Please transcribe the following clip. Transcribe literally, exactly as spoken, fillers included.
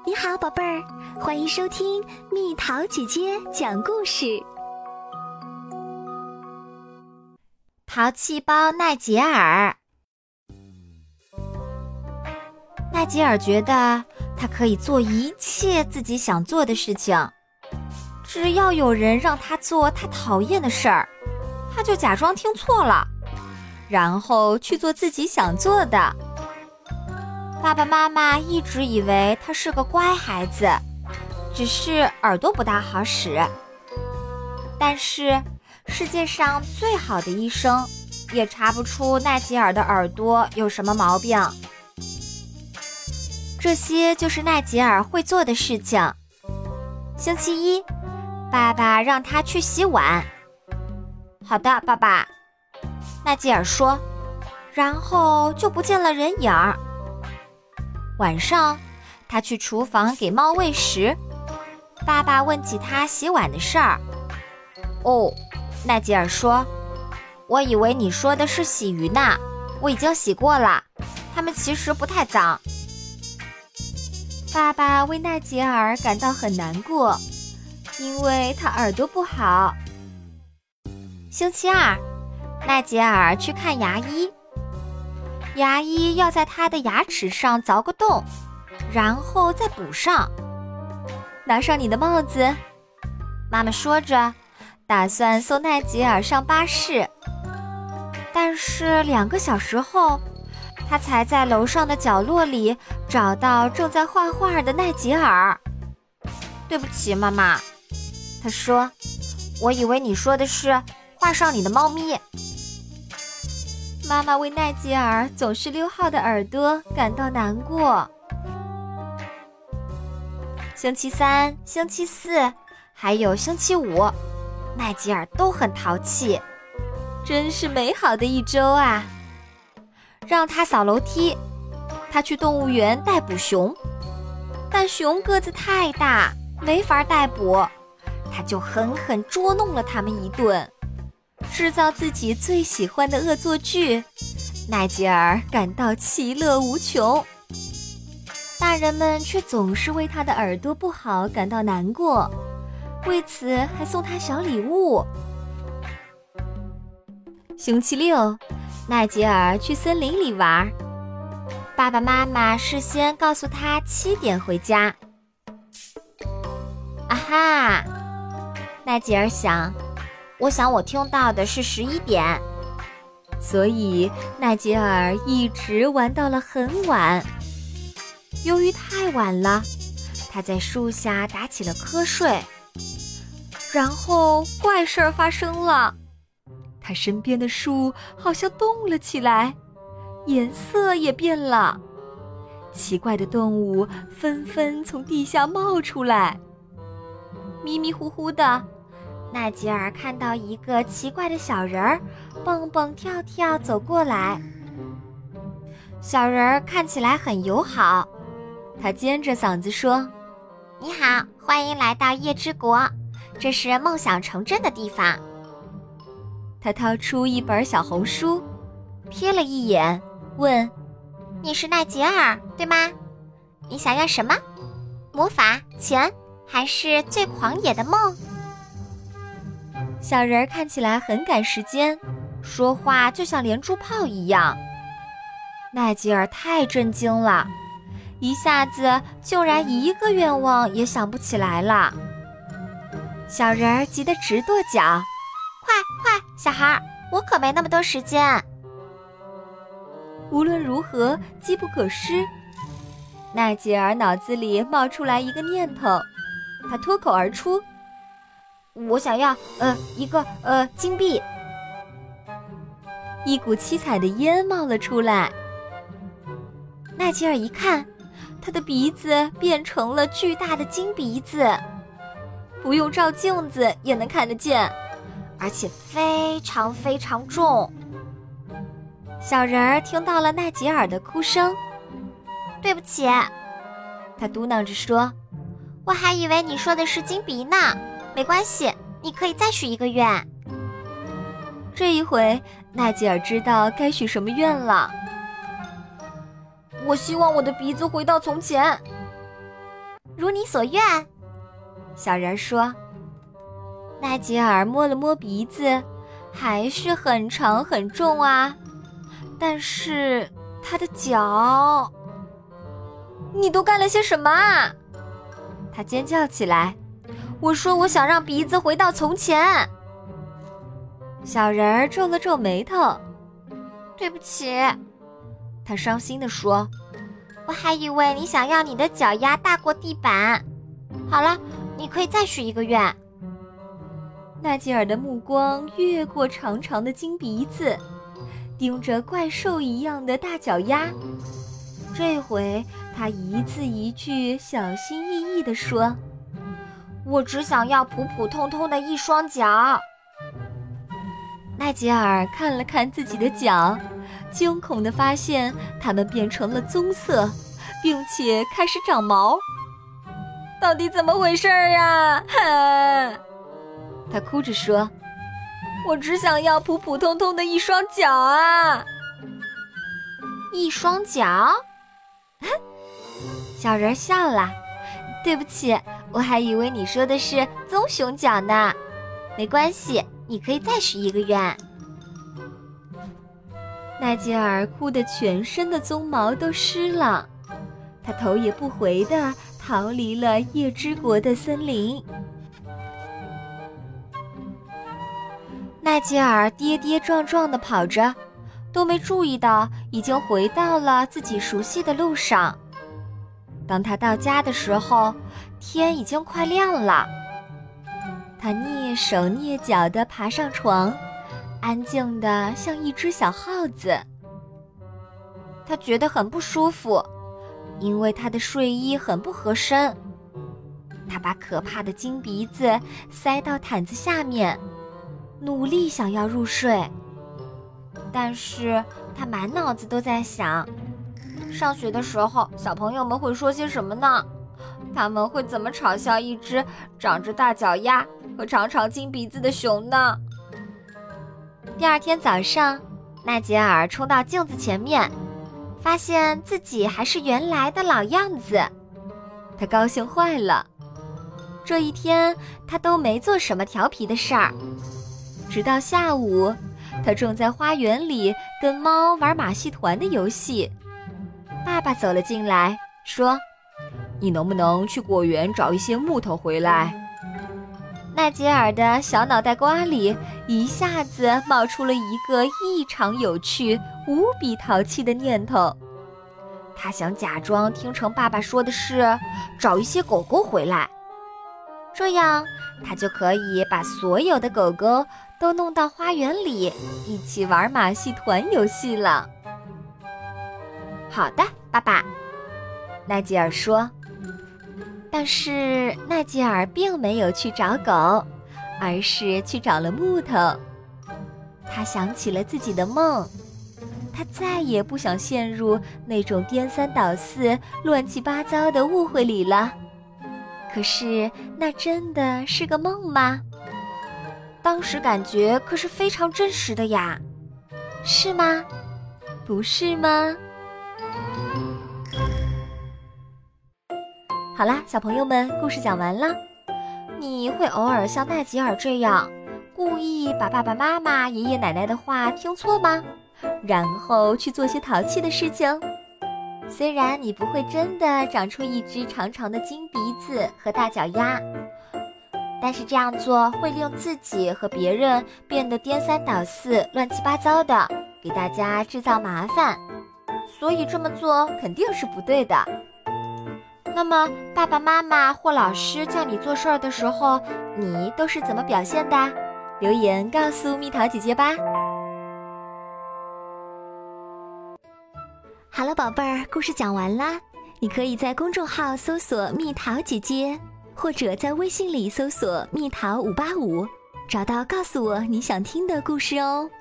你好，宝贝儿，欢迎收听蜜桃姐姐讲故事。 淘气包奈吉尔。奈吉尔觉得他可以做一切自己想做的事情，只要有人让他做他讨厌的事儿，他就假装听错了，然后去做自己想做的。爸爸妈妈一直以为他是个乖孩子，只是耳朵不大好使。但是世界上最好的医生也查不出奈吉尔的耳朵有什么毛病。这些就是奈吉尔会做的事情。星期一，爸爸让他去洗碗。好的，爸爸，奈吉尔说，然后就不见了人影儿。晚上，他去厨房给猫喂食。爸爸问起他洗碗的事儿。哦，奈吉尔说，我以为你说的是洗鱼呢，我已经洗过了，它们其实不太脏。爸爸为奈吉尔感到很难过，因为他耳朵不好。星期二，奈吉尔去看牙医。牙医要在他的牙齿上凿个洞，然后再补上。拿上你的帽子，妈妈说着，打算送奈吉尔上巴士。但是两个小时后，他才在楼上的角落里找到正在画画的奈吉尔。对不起，妈妈，他说，我以为你说的是画上你的猫咪。妈妈为奈吉尔总是溜号的耳朵感到难过。星期三、星期四，还有星期五，奈吉尔都很淘气，真是美好的一周啊！让他扫楼梯，他去动物园逮捕熊，但熊个子太大，没法逮捕，他就狠狠捉弄了他们一顿。制造自己最喜欢的恶作剧，奈吉尔感到其乐无穷。大人们却总是为他的耳朵不好感到难过，为此还送他小礼物。星期六，奈吉尔去森林里玩，爸爸妈妈事先告诉他七点回家。啊哈，奈吉尔想，我想我听到的是十一点，所以奈吉尔一直玩到了很晚。由于太晚了，他在树下打起了瞌睡。然后怪事儿发生了，他身边的树好像动了起来，颜色也变了。奇怪的动物纷纷从地下冒出来。迷迷糊糊的，奈吉尔看到一个奇怪的小人儿蹦蹦跳跳走过来。小人儿看起来很友好，他尖着嗓子说，你好，欢迎来到夜之国，这是梦想成真的地方。他掏出一本小红书，瞥了一眼，问，你是奈吉尔，对吗？你想要什么？魔法、钱，还是最狂野的梦？小人看起来很赶时间，说话就像连珠炮一样。奈吉尔太震惊了，一下子竟然一个愿望也想不起来了。小人急得直跺脚，快快，小孩，我可没那么多时间。无论如何，机不可失。奈吉尔脑子里冒出来一个念头，他脱口而出，我想要呃一个呃金币。一股七彩的烟冒了出来。奈吉尔一看，他的鼻子变成了巨大的金鼻子，不用照镜子也能看得见，而且非常非常重。小人儿听到了奈吉尔的哭声，对不起，他嘟囔着说，我还以为你说的是金鼻呢，没关系，你可以再许一个愿。这一回，奈吉尔知道该许什么愿了。我希望我的鼻子回到从前。 如你所愿。小人说。奈吉尔摸了摸鼻子，还是很长很重啊。但是他的脚……你都干了些什么啊？他尖叫起来。我说我想让鼻子回到从前。小人儿皱了皱眉头。对不起，他伤心地说，我还以为你想要你的脚丫大过地板。好了，你可以再许一个愿。奈吉尔的目光越过长长的金鼻子，盯着怪兽一样的大脚丫。这回他一字一句小心翼翼地说，我只想要普普通通的一双脚。奈吉尔看了看自己的脚，惊恐地发现它们变成了棕色，并且开始长毛。到底怎么回事呀？他哭着说，我只想要普普通通的一双脚啊。一双脚？小人笑了，对不起，我还以为你说的是棕熊脚呢。没关系，你可以再许一个愿。奈吉尔哭得全身的鬃毛都湿了，他头也不回地逃离了夜之国的森林。奈吉尔跌跌撞撞地跑着，都没注意到已经回到了自己熟悉的路上。当他到家的时候，天已经快亮了。他蹑手蹑脚地爬上床，安静地像一只小耗子。他觉得很不舒服，因为他的睡衣很不合身。他把可怕的金鼻子塞到毯子下面，努力想要入睡。但是他满脑子都在想，上学的时候小朋友们会说些什么呢？他们会怎么嘲笑一只长着大脚丫和长长金鼻子的熊呢？第二天早上，奈吉尔冲到镜子前面，发现自己还是原来的老样子。他高兴坏了。这一天他都没做什么调皮的事儿。直到下午，他正在花园里跟猫玩马戏团的游戏。爸爸走了进来，说，你能不能去果园找一些木头回来？奈吉尔的小脑袋瓜里一下子冒出了一个异常有趣、无比淘气的念头。他想假装听成爸爸说的是找一些狗狗回来，这样他就可以把所有的狗狗都弄到花园里，一起玩马戏团游戏了。好的，爸爸，奈吉尔说。但是奈吉尔并没有去找狗，而是去找了木头。他想起了自己的梦，他再也不想陷入那种颠三倒四、乱七八糟的误会里了。可是那真的是个梦吗？当时感觉可是非常真实的呀，是吗？不是吗？好啦，小朋友们，故事讲完了。你会偶尔像奈吉尔这样，故意把爸爸妈妈、爷爷奶奶的话听错吗？然后去做些淘气的事情？虽然你不会真的长出一只长长的金鼻子和大脚丫，但是这样做会令自己和别人变得颠三倒四、乱七八糟的，给大家制造麻烦。所以这么做肯定是不对的。那么爸爸妈妈或老师叫你做事儿的时候，你都是怎么表现的？留言告诉蜜桃姐姐吧。 好了，宝贝儿，故事讲完啦。你可以在公众号搜索蜜桃姐姐，或者在微信里搜索蜜桃五八五，找到告诉我你想听的故事哦。